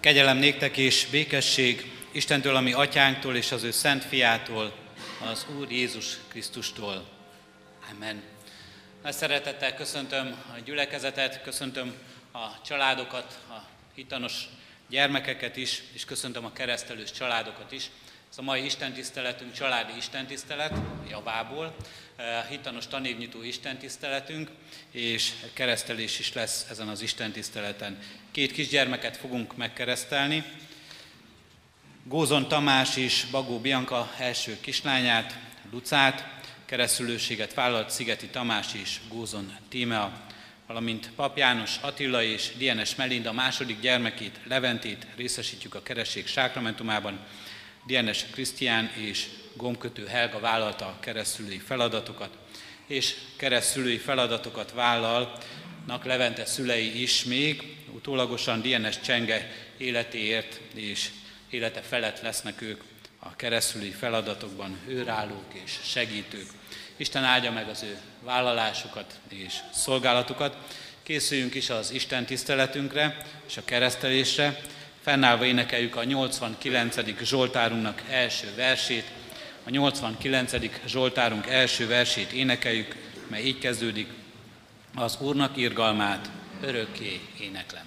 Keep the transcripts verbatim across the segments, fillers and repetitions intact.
Kegyelem néktek és békesség Istentől, ami atyánktól és az ő szent fiától, az Úr Jézus Krisztustól. Amen. Nagy szeretettel köszöntöm a gyülekezetet, köszöntöm a családokat, a hittanos gyermekeket is, és köszöntöm a keresztelős családokat is. Ez a mai istentiszteletünk családi istentisztelet, javából, hittanos tanévnyitó istentiszteletünk, és keresztelés is lesz ezen az istentiszteleten. Két kisgyermeket fogunk megkeresztelni, Gózon Tamás és Bagó Bianka első kislányát, Lucát, keresztülőséget vállalt Szigeti Tamás és Gózon Tímea, valamint Pap János Attila és Dienes Melinda második gyermekét, Leventét részesítjük a keresztség sákramentumában. Dienes Krisztián és Gombkötő Helga vállalta a keresztülői feladatokat, és keresztülői feladatokat vállalnak Levente szülei is még, utólagosan Dienes Csenge életéért és élete felett lesznek ők a keresztülői feladatokban őrállók és segítők. Isten áldja meg az ő vállalásukat és szolgálatukat. Készüljünk is az Isten tiszteletünkre és a keresztelésre. Fennállva énekeljük a nyolcvankilencedik Zsoltárunknak első versét. A nyolcvankilencedik Zsoltárunk első versét énekeljük, mely így kezdődik: az Úrnak irgalmát örökké éneklem.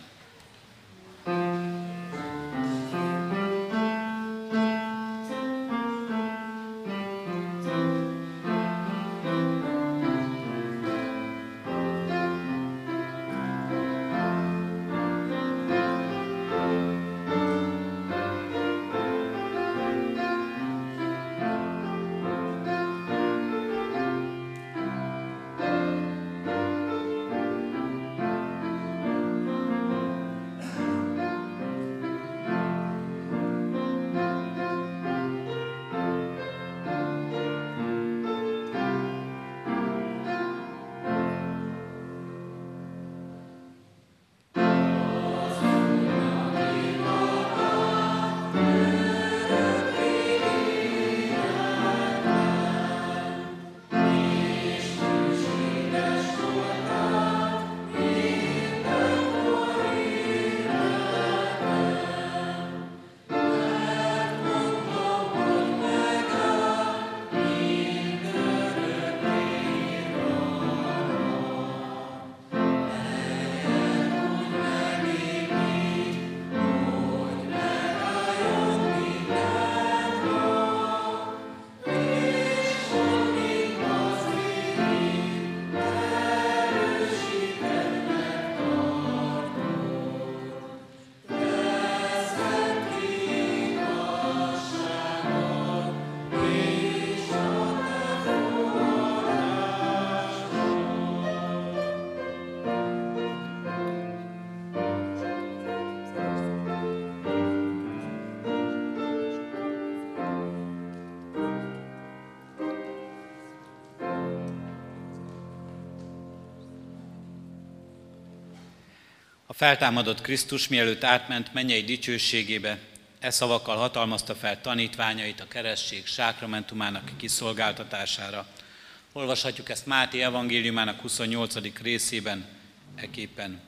A feltámadott Krisztus, mielőtt átment mennyei dicsőségébe, e szavakkal hatalmazta fel tanítványait a keresztség sákramentumának kiszolgáltatására. Olvashatjuk ezt Máté evangéliumának huszonnyolcadik részében, eképpen.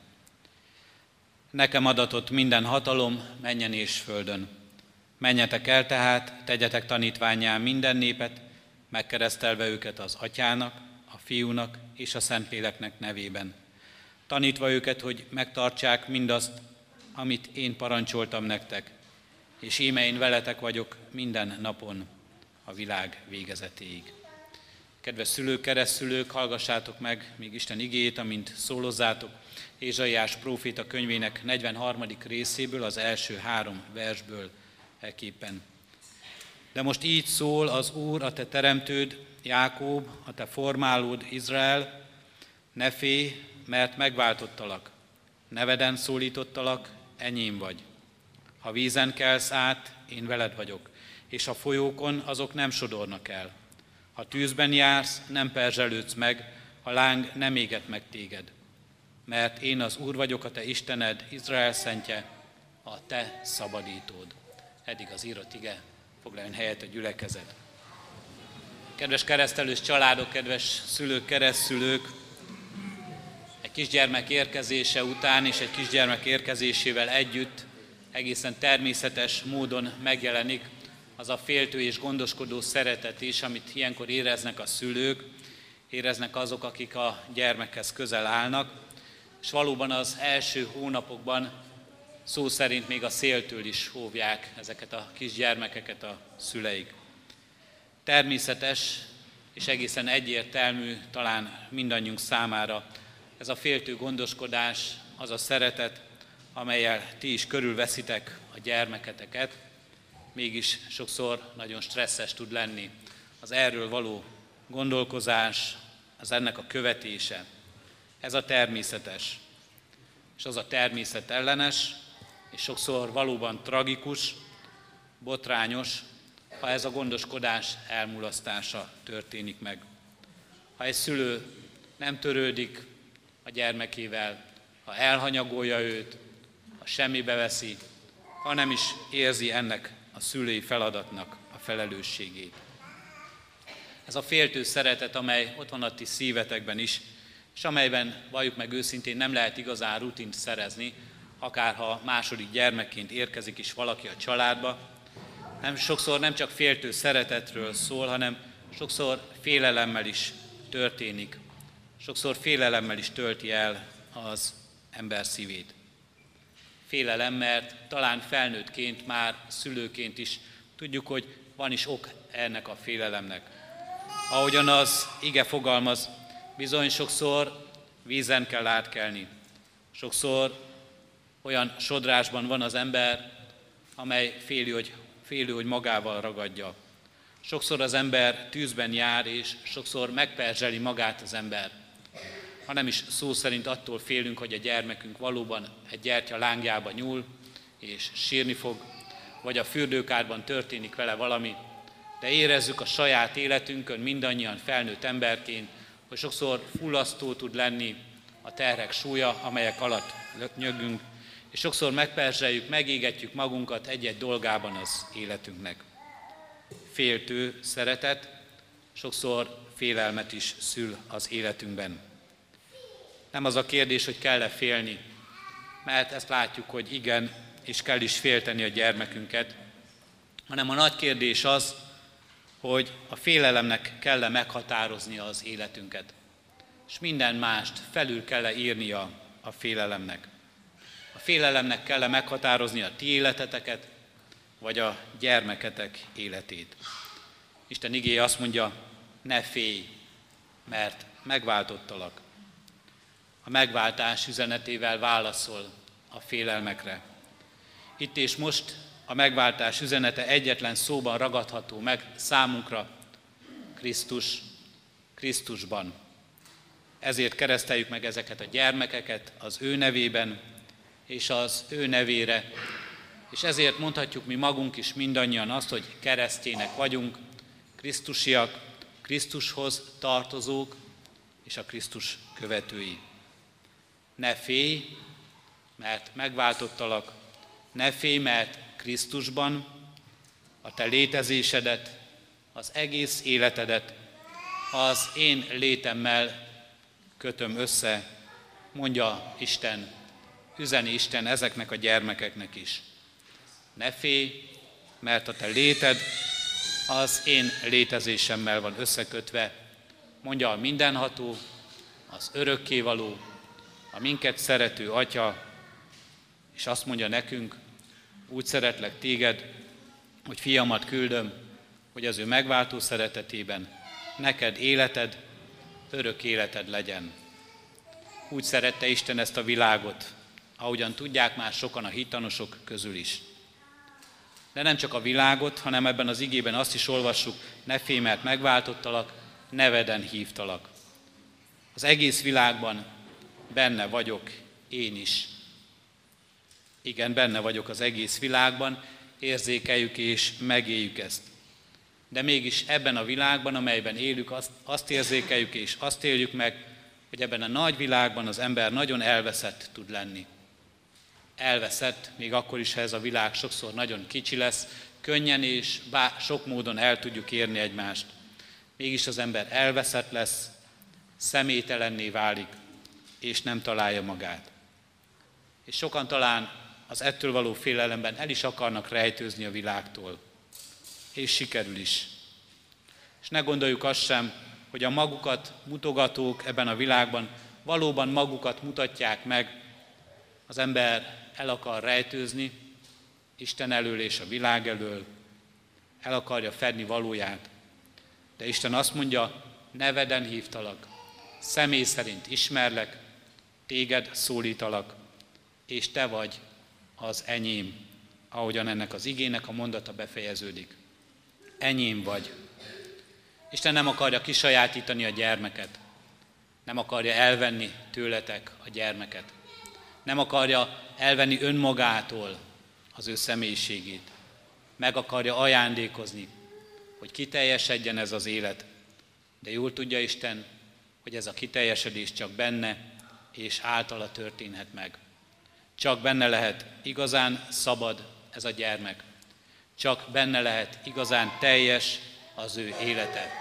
Nekem adatott minden hatalom mennyen és földön. Menjetek el tehát, tegyetek tanítvánnyá minden népet, megkeresztelve őket az Atyának, a Fiúnak és a Szentléleknek nevében, tanítva őket, hogy megtartsák mindazt, amit én parancsoltam nektek, és íme én veletek vagyok minden napon a világ végezetéig. Kedves szülők, keresztszülők, hallgassátok meg még Isten igéjét, amint szólozzátok Ézsaiás próféta könyvének negyvenharmadik részéből, az első három versből eképpen. De most így szól az Úr, a te teremtőd, Jákób, a te formálód, Izrael: ne félj, mert megváltottalak, neveden szólítottalak, enyém vagy. Ha vízen kelsz át, én veled vagyok, és a folyókon azok nem sodornak el. Ha tűzben jársz, nem perzselődsz meg, a láng nem éget meg téged. Mert én az Úr vagyok, a te Istened, Izrael szentje, a te szabadítód. Eddig az írott ige, foglaljon helyet a gyülekezet. Kedves keresztelős családok, kedves szülők, keresztszülők, egy kisgyermek érkezése után és egy kisgyermek érkezésével együtt egészen természetes módon megjelenik az a féltő és gondoskodó szeretet is, amit ilyenkor éreznek a szülők, éreznek azok, akik a gyermekhez közel állnak, és valóban az első hónapokban szó szerint még a széltől is óvják ezeket a kisgyermekeket a szüleik. Természetes és egészen egyértelmű talán mindannyiunk számára ez a féltő gondoskodás, az a szeretet, amellyel ti is körülveszitek a gyermeketeket, mégis sokszor nagyon stresszes tud lenni az erről való gondolkozás, az ennek a követése. Ez a természetes, és az a természetellenes, és sokszor valóban tragikus, botrányos, ha ez a gondoskodás elmulasztása történik meg. Ha egy szülő nem törődik a gyermekével, ha elhanyagolja őt, ha semmibe veszi, ha nem is érzi ennek a szülői feladatnak a felelősségét. Ez a féltő szeretet, amely ott van a ti szívetekben is, és amelyben, valljuk meg őszintén, nem lehet igazán rutint szerezni, akár ha második gyermekként érkezik is valaki a családba. Nem, sokszor nem csak féltő szeretetről szól, hanem sokszor félelemmel is történik. Sokszor félelemmel is tölti el az ember szívét. Félelem, mert talán felnőttként, már szülőként is tudjuk, hogy van is ok ennek a félelemnek. Ahogyan az ige fogalmaz, bizony sokszor vízen kell átkelni. Sokszor olyan sodrásban van az ember, amely féli, hogy, féli, hogy magával ragadja. Sokszor az ember tűzben jár, és sokszor megperzseli magát az ember. Ha nem is szó szerint attól félünk, hogy a gyermekünk valóban egy gyertya lángjába nyúl, és sírni fog, vagy a fürdőkádban történik vele valami, de érezzük a saját életünkön mindannyian felnőtt emberként, hogy sokszor fullasztó tud lenni a terhek súlya, amelyek alatt nyögünk, és sokszor megperzseljük, megégetjük magunkat egy-egy dolgában az életünknek. Féltő szeretet sokszor félelmet is szül az életünkben. Nem az a kérdés, hogy kell-e félni, mert ezt látjuk, hogy igen, és kell is félteni a gyermekünket, hanem a nagy kérdés az, hogy a félelemnek kell-e meghatároznia az életünket, és minden mást felül kell-e írnia a félelemnek. A félelemnek kell-e meghatározni a ti életeteket, vagy a gyermeketek életét. Isten igéje azt mondja, ne félj, mert megváltottalak. A megváltás üzenetével válaszol a félelmekre. Itt és most a megváltás üzenete egyetlen szóban ragadható meg számunkra, Krisztus, Krisztusban. Ezért kereszteljük meg ezeket a gyermekeket az ő nevében és az ő nevére, és ezért mondhatjuk mi magunk is mindannyian azt, hogy keresztjének vagyunk, krisztusiak, Krisztushoz tartozók és a Krisztus követői. Ne félj, mert megváltottalak, ne félj, mert Krisztusban a te létezésedet, az egész életedet az én létemmel kötöm össze, mondja Isten, üzeni Isten ezeknek a gyermekeknek is. Ne félj, mert a te léted az én létezésemmel van összekötve, mondja a mindenható, az örökkévaló, a minket szerető Atya, és azt mondja nekünk, úgy szeretlek téged, hogy fiamat küldöm, hogy az ő megváltó szeretetében neked életed, örök életed legyen. Úgy szerette Isten ezt a világot, ahogyan tudják már sokan a hittanosok közül is. De nem csak a világot, hanem ebben az igében azt is olvassuk, ne félj, mert megváltottalak, neveden hívtalak. Az egész világban benne vagyok én is. Igen, benne vagyok az egész világban, érzékeljük és megéljük ezt. De mégis ebben a világban, amelyben élünk, azt, azt érzékeljük és azt éljük meg, hogy ebben a nagy világban az ember nagyon elveszett tud lenni. Elveszett, még akkor is, ha ez a világ sokszor nagyon kicsi lesz, könnyen és bár sok módon el tudjuk érni egymást. Mégis az ember elveszett lesz, személytelenné válik, és nem találja magát. És sokan talán az ettől való félelemben el is akarnak rejtőzni a világtól. És sikerül is. És ne gondoljuk azt sem, hogy a magukat mutogatók ebben a világban valóban magukat mutatják meg, az ember el akar rejtőzni Isten elől és a világ elől, el akarja fedni valóját. De Isten azt mondja, neveden hívtalak, személy szerint ismerlek, téged szólítalak, és te vagy az enyém, ahogyan ennek az igének a mondata befejeződik. Enyém vagy. Isten nem akarja kisajátítani a gyermeket, nem akarja elvenni tőletek a gyermeket, nem akarja elvenni önmagától az ő személyiségét, meg akarja ajándékozni, hogy kiteljesedjen ez az élet. De jól tudja Isten, hogy ez a kiteljesedés csak benne és általa történhet meg. Csak benne lehet igazán szabad ez a gyermek. Csak benne lehet igazán teljes az ő élete.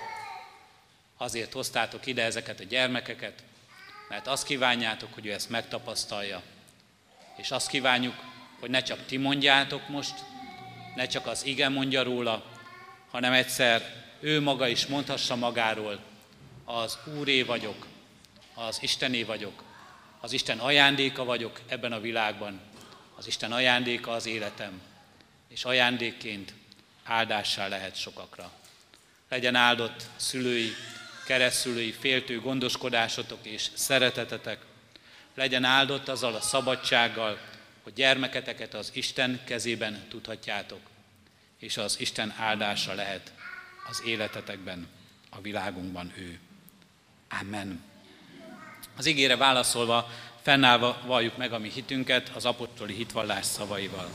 Azért hoztátok ide ezeket a gyermekeket, mert azt kívánjátok, hogy ő ezt megtapasztalja. És azt kívánjuk, hogy ne csak ti mondjátok most, ne csak az ige mondja róla, hanem egyszer ő maga is mondhassa magáról, az Úré vagyok, az Istené vagyok, az Isten ajándéka vagyok ebben a világban, az Isten ajándéka az életem, és ajándékként áldássá lehet sokakra. Legyen áldott szülői, keresztszülői féltő gondoskodásotok és szeretetetek, legyen áldott azzal a szabadsággal, hogy gyermeketeket az Isten kezében tudhatjátok, és az Isten áldása lehet az életetekben, a világunkban ő. Amen. Az igére válaszolva, fennállva valljuk meg a mi hitünket az apostoli hitvallás szavaival.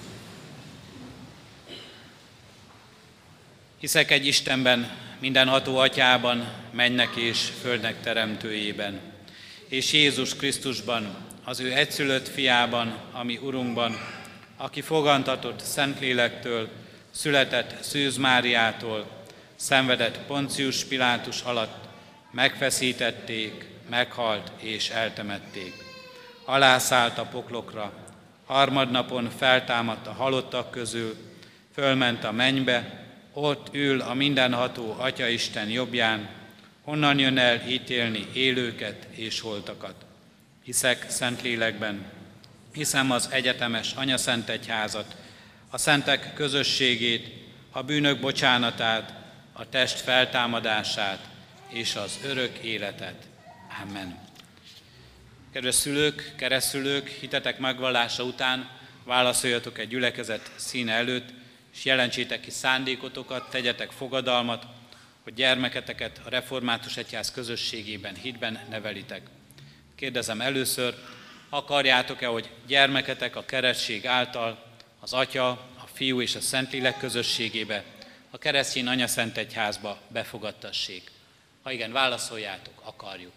Hiszek egy Istenben, mindenható Atyában, mennek és földnek teremtőjében, és Jézus Krisztusban, az ő egyszülött fiában, ami Urunkban, aki fogantatott Szentlélektől, született Szűz Máriától, szenvedett Poncius Pilátus alatt, megfeszítették, meghalt és eltemették. Alászállt a poklokra, harmadnapon feltámadt a halottak közül, fölment a mennybe, ott ül a mindenható Atyaisten jobbján, onnan jön el ítélni élőket és holtakat. Hiszek Szentlélekben, hiszem az egyetemes anyaszentegyházat, a szentek közösségét, a bűnök bocsánatát, a test feltámadását és az örök életet. Amen. Kedves szülők, keresztszülők, hitetek megvallása után válaszoljatok egy gyülekezet színe előtt, és jelentsétek ki szándékotokat, tegyetek fogadalmat, hogy gyermeketeket a református egyház közösségében, hitben nevelitek. Kérdezem először, akarjátok-e, hogy gyermeketek a keresztség által az Atya, a Fiú és a Szentlélek közösségébe, a keresztény anyaszentegyházba befogadtassék? Ha igen, válaszoljátok, akarjuk.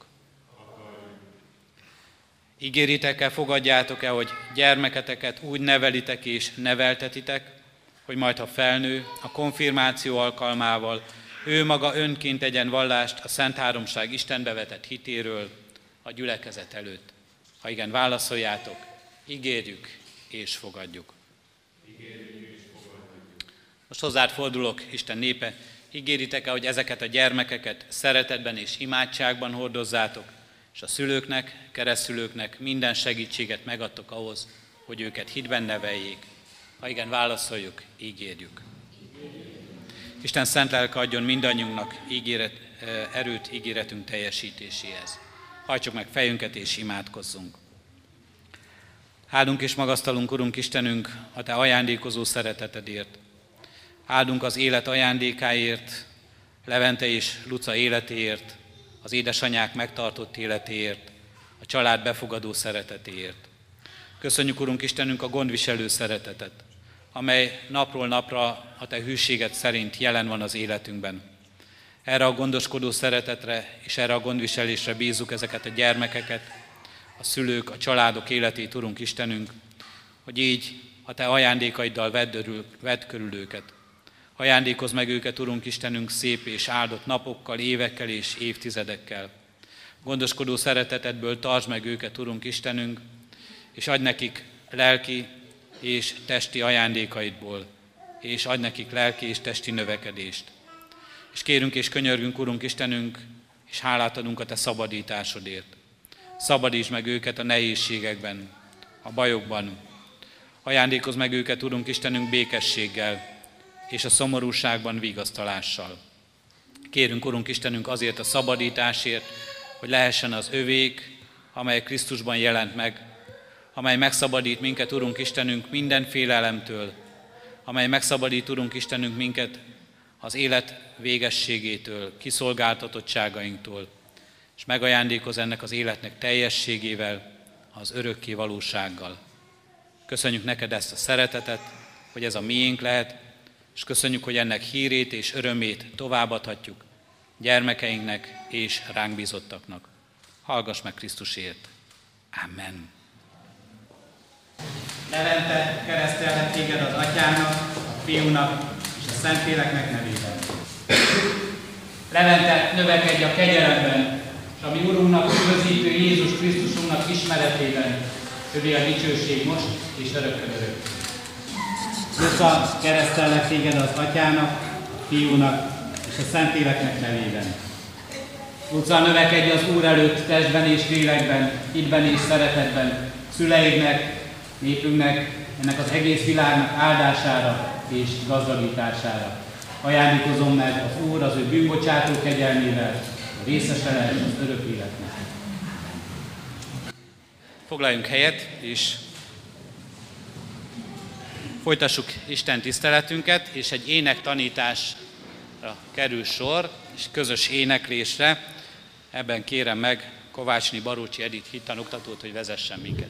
Ígéritek-e, fogadjátok-e, hogy gyermeketeket úgy nevelitek és neveltetitek, hogy majd, ha felnő, a konfirmáció alkalmával ő maga önként tegyen vallást a Szent Háromság Istenbe vetett hitéről a gyülekezet előtt? Ha igen, válaszoljátok, ígérjük és fogadjuk. Ígérjük és fogadjuk. Most hozzád fordulok, Isten népe, ígéritek-e, hogy ezeket a gyermekeket szeretetben és imádságban hordozzátok, és a szülőknek, keresztszülőknek minden segítséget megadtok ahhoz, hogy őket hitben neveljék? Ha igen, válaszoljuk, ígérjük. Isten szent lelke adjon mindannyiunknak ígéret, erőt ígéretünk teljesítéséhez. Hajtsuk meg fejünket és imádkozzunk. Áldunk és magasztalunk, Urunk Istenünk, a Te ajándékozó szeretetedért. Áldunk az élet ajándékáért, Levente és Luca életéért, az édesanyák megtartott életéért, a család befogadó szeretetéért. Köszönjük, Urunk Istenünk, a gondviselő szeretetet, amely napról napra a Te hűséged szerint jelen van az életünkben. Erre a gondoskodó szeretetre és erre a gondviselésre bízzuk ezeket a gyermekeket, a szülők, a családok életét, Urunk Istenünk, hogy így a Te ajándékaiddal vedd, örül, vedd körül őket. Ajándékozz meg őket, Urunk Istenünk, szép és áldott napokkal, évekkel és évtizedekkel. Gondoskodó szeretetedből tartsd meg őket, Urunk Istenünk, és adj nekik lelki, és testi ajándékaidból, és adj nekik lelki és testi növekedést. És kérünk és könyörgünk, Urunk Istenünk, és hálát adunk a Te szabadításodért. Szabadítsd meg őket a nehézségekben, a bajokban. Ajándékozz meg őket, Urunk Istenünk, békességgel, és a szomorúságban vigasztalással. Kérünk, Urunk Istenünk, azért a szabadításért, hogy lehessen az övék, amely Krisztusban jelent meg, amely megszabadít minket, Urunk Istenünk, minden félelemtől, amely megszabadít, Urunk Istenünk, minket az élet végességétől, kiszolgáltatottságainktól, és megajándékoz ennek az életnek teljességével, az örökké valósággal. Köszönjük neked ezt a szeretetet, hogy ez a miénk lehet, és köszönjük, hogy ennek hírét és örömét továbbadhatjuk gyermekeinknek és ránk bízottaknak. Hallgass meg Krisztusért. Amen. Levente, keresztelnek téged az Atyának, a Fiúnak és a Szentléleknek nevében. Levente, növekedj a kegyelemben, és a mi Urunknak, közítő Jézus Krisztusunknak ismeretében, övé a dicsőség most és örökkön örök. Luca, keresztellek téged az Atyának, a Fiúnak és a Szentléleknek nevében. Luca, növekedj az Úr előtt testben és lélekben, hitben és szeretetben, szüleidnek, népünknek, ennek az egész világnak áldására és gazdagítására. Ajándékozom meg az Úr az ő bűnbocsátó kegyelmével, a részese lehet az örök életnek. Foglaljunk helyet, és folytassuk Isten tiszteletünket, és egy énektanításra kerül sor, és közös éneklésre. Ebben kérem meg Kovácsné Barócsi Edith hittanoktatót, hogy vezessen minket.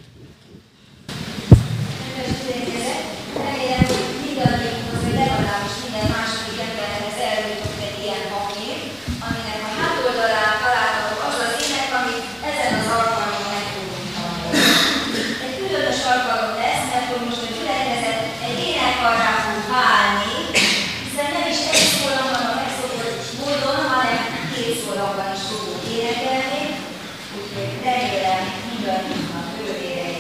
Remélem, hogy mindannyiunkhoz, hogy legalábbis minden második emberhez eljutott egy ilyen hangnév, aminek a hátoldalán található az az ének, amit ezen az alkalmon meg tudunk hallani. Egy különös alkalom lesz, mert hogy most a gyülekezet egy énekkarrá fog válni, hiszen nem is egy szólamban a megszokott módon, hanem két szólamban is fogunk énekelni, úgyhogy remélem mindannyiunknak örök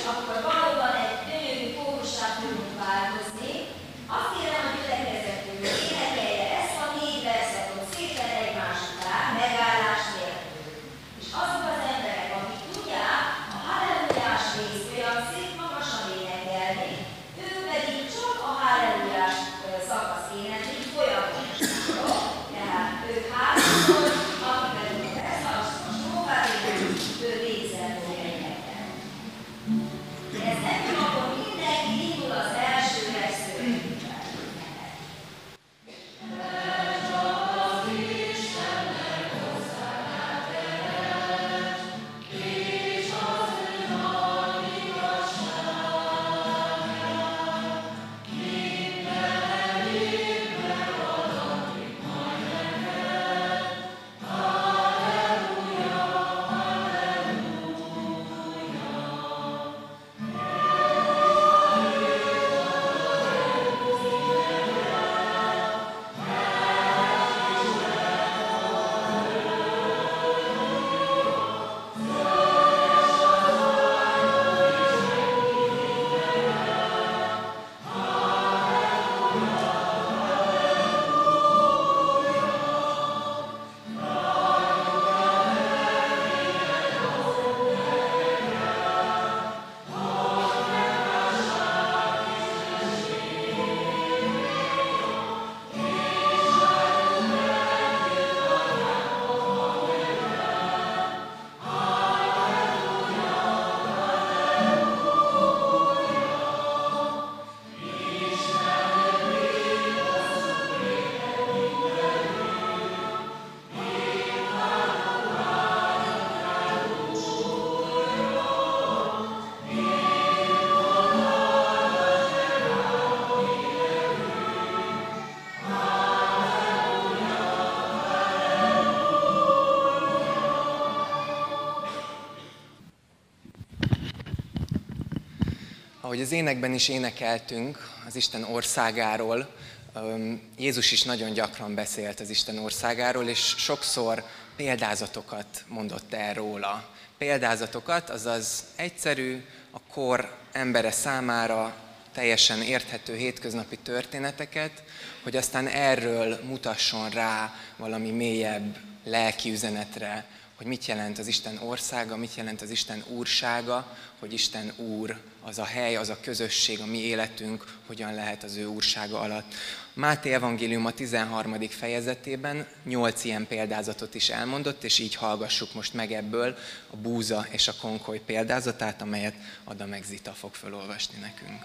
akkor valóban egy gyönyörű kórussá tudunk változni. Azt kérem a gyülekezetünk, hogy énekelje ezt a négy versetot szépen egymás után, megállás nélkül. És azok az emberek, akik tudják a hallelujás részt olyan szép magasan énekelni, ők pedig csak a hallelujás szakasz éneklik folyamatosan. Tehát ők háromszor, aki pedig a verszakot most próbál énekelni, ő végzel fogja énekelni. Ez nekünk akkor mindenki indul az első verszőről. Ahogy az énekben is énekeltünk az Isten országáról, Jézus is nagyon gyakran beszélt az Isten országáról, és sokszor példázatokat mondott el róla. Példázatokat, azaz egyszerű, a kor embere számára teljesen érthető hétköznapi történeteket, hogy aztán erről mutasson rá valami mélyebb lelki üzenetre, hogy mit jelent az Isten országa, mit jelent az Isten úrsága, hogy Isten úr, az a hely, az a közösség, a mi életünk, hogyan lehet az ő úrsága alatt. Máté evangélium a tizenharmadik fejezetében nyolc ilyen példázatot is elmondott, és így hallgassuk most meg ebből a búza és a konkoly példázatát, amelyet Ada meg Zita fog felolvasni nekünk.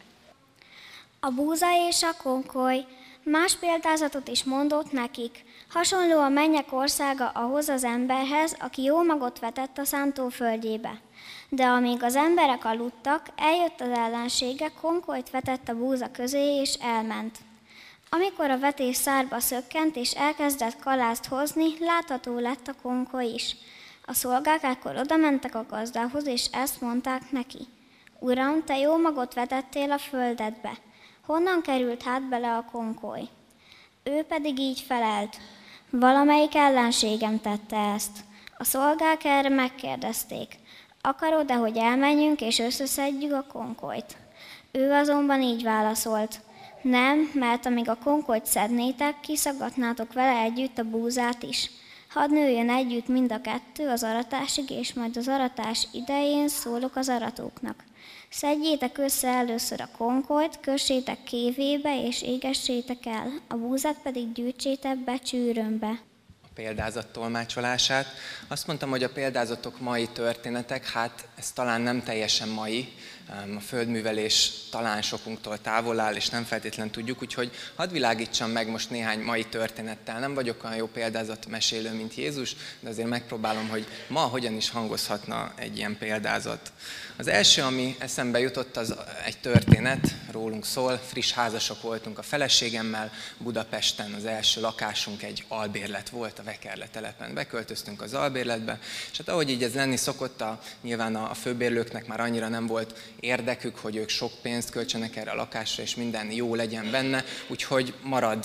A búza és a konkoly más példázatot is mondott nekik. Hasonló a mennyek országa ahhoz az emberhez, aki jó magot vetett a szántóföldjébe. De amíg az emberek aludtak, eljött az ellensége, konkolyt vetett a búza közé és elment. Amikor a vetés szárba szökkent és elkezdett kalázt hozni, látható lett a konkoly is. A szolgák ekkor odamentek a gazdához, és ezt mondták neki. Uram, te jó magot vetettél a földedbe. Honnan került hát bele a konkoly? Ő pedig így felelt. Valamelyik ellenségem tette ezt. A szolgák erre megkérdezték. Akarod-e, hogy elmenjünk és összeszedjük a konkolyt? Ő azonban így válaszolt. Nem, mert amíg a konkolyt szednétek, kiszaggatnátok vele együtt a búzát is. Hadd nőjön együtt mind a kettő az aratásig, és majd az aratás idején szólok az aratóknak. Szedjétek össze először a konkolyt, kössétek kévébe, és égessétek el, a búzát pedig gyűjtsétek be csűrömbe. Példázat tolmácsolását. Azt mondtam, hogy a példázatok mai történetek, hát ez talán nem teljesen mai, a földművelés talán sokunktól távol áll, és nem feltétlenül tudjuk, úgyhogy hadd világítsam meg most néhány mai történettel. Nem vagyok olyan jó példázatmesélő, mint Jézus, de azért megpróbálom, hogy ma hogyan is hangozhatna egy ilyen példázat. Az első, ami eszembe jutott, az egy történet, rólunk szól. Friss házasok voltunk a feleségemmel, Budapesten az első lakásunk egy albérlet volt, a Vekerle telepen. Beköltöztünk az albérletbe, és hát ahogy így ez lenni szokott, a, nyilván a főbérlőknek már annyira nem volt érdekük, hogy ők sok pénzt költsenek erre a lakásra, és minden jó legyen benne, úgyhogy marad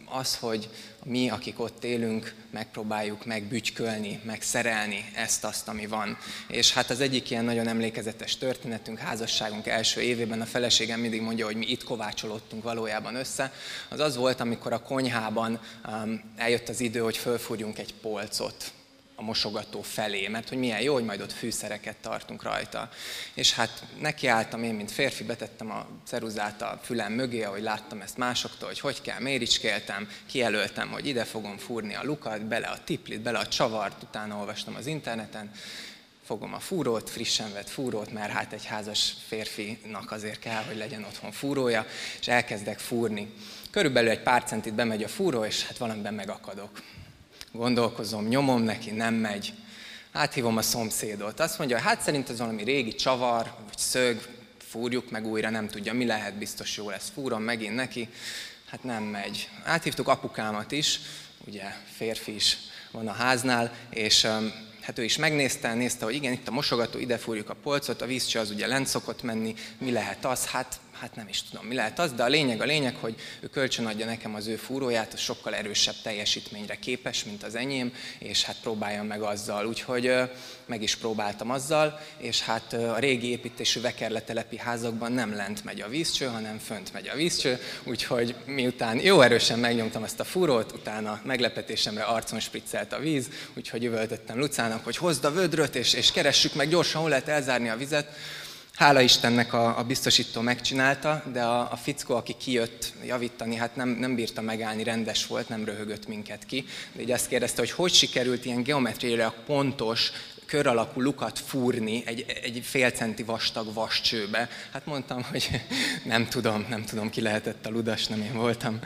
az, hogy mi, akik ott élünk, megpróbáljuk megbügykölni, megszerelni ezt-azt, ami van. És hát az egyik ilyen nagyon emlékezetes történetünk, házasságunk első évében, a feleségem mindig mondja, hogy mi itt kovácsolódtunk valójában össze, az az volt, amikor a konyhában um, eljött az idő, hogy fölfúrjunk egy polcot a mosogató felé, mert hogy milyen jó, hogy majd ott fűszereket tartunk rajta. És hát nekiálltam én, mint férfi, betettem a ceruzát a fülem mögé, ahogy láttam ezt másoktól, hogy hogy kell, méricskéltem, kijelöltem, hogy ide fogom fúrni a lukat, bele a tiplit, bele a csavart, utána olvastam az interneten, fogom a fúrót, frissen vett fúrót, mert hát egy házas férfinak azért kell, hogy legyen otthon fúrója, és elkezdek fúrni. Körülbelül egy pár centit bemegy a fúró, és hát valamiben megakadok. Gondolkozom, nyomom neki, nem megy. Áthívom a szomszédot. Azt mondja, hát szerint ez valami régi csavar, vagy szög, fúrjuk meg újra, nem tudja, mi lehet, biztos jó lesz. Fúrom megint neki, hát nem megy. Áthívtuk apukámat is, ugye férfi is van a háznál, és hát ő is megnézte, nézte, hogy igen, itt a mosogató, ide fúrjuk a polcot, a vízcső az ugye lent szokott menni, mi lehet az? Hát, hát nem is tudom, mi lehet az, de a lényeg a lényeg, hogy ő kölcsönadja nekem az ő fúróját, az sokkal erősebb teljesítményre képes, mint az enyém, és hát próbáljam meg azzal. Úgyhogy meg is próbáltam azzal, és hát a régi építésű vekerletelepi házakban nem lent megy a vízcső, hanem fönt megy a vízcső, úgyhogy miután jó erősen megnyomtam ezt a fúrót, utána meglepetésemre arcon spriccelt a víz, úgyhogy üvöltöttem Lucának, hogy hozd a vödröt, és, és keressük meg gyorsan, hol lehet elzárni a vizet. Hála Istennek a, a biztosító megcsinálta, de a, a fickó, aki kijött javítani, hát nem, nem bírta megállni, rendes volt, nem röhögött minket ki. De így azt kérdezte, hogy hogy sikerült ilyen geometriailag pontos, kör alakú lukat fúrni egy, egy fél centi vastag vascsőbe. Hát mondtam, hogy nem tudom, nem tudom, ki lehetett a ludas, nem én voltam.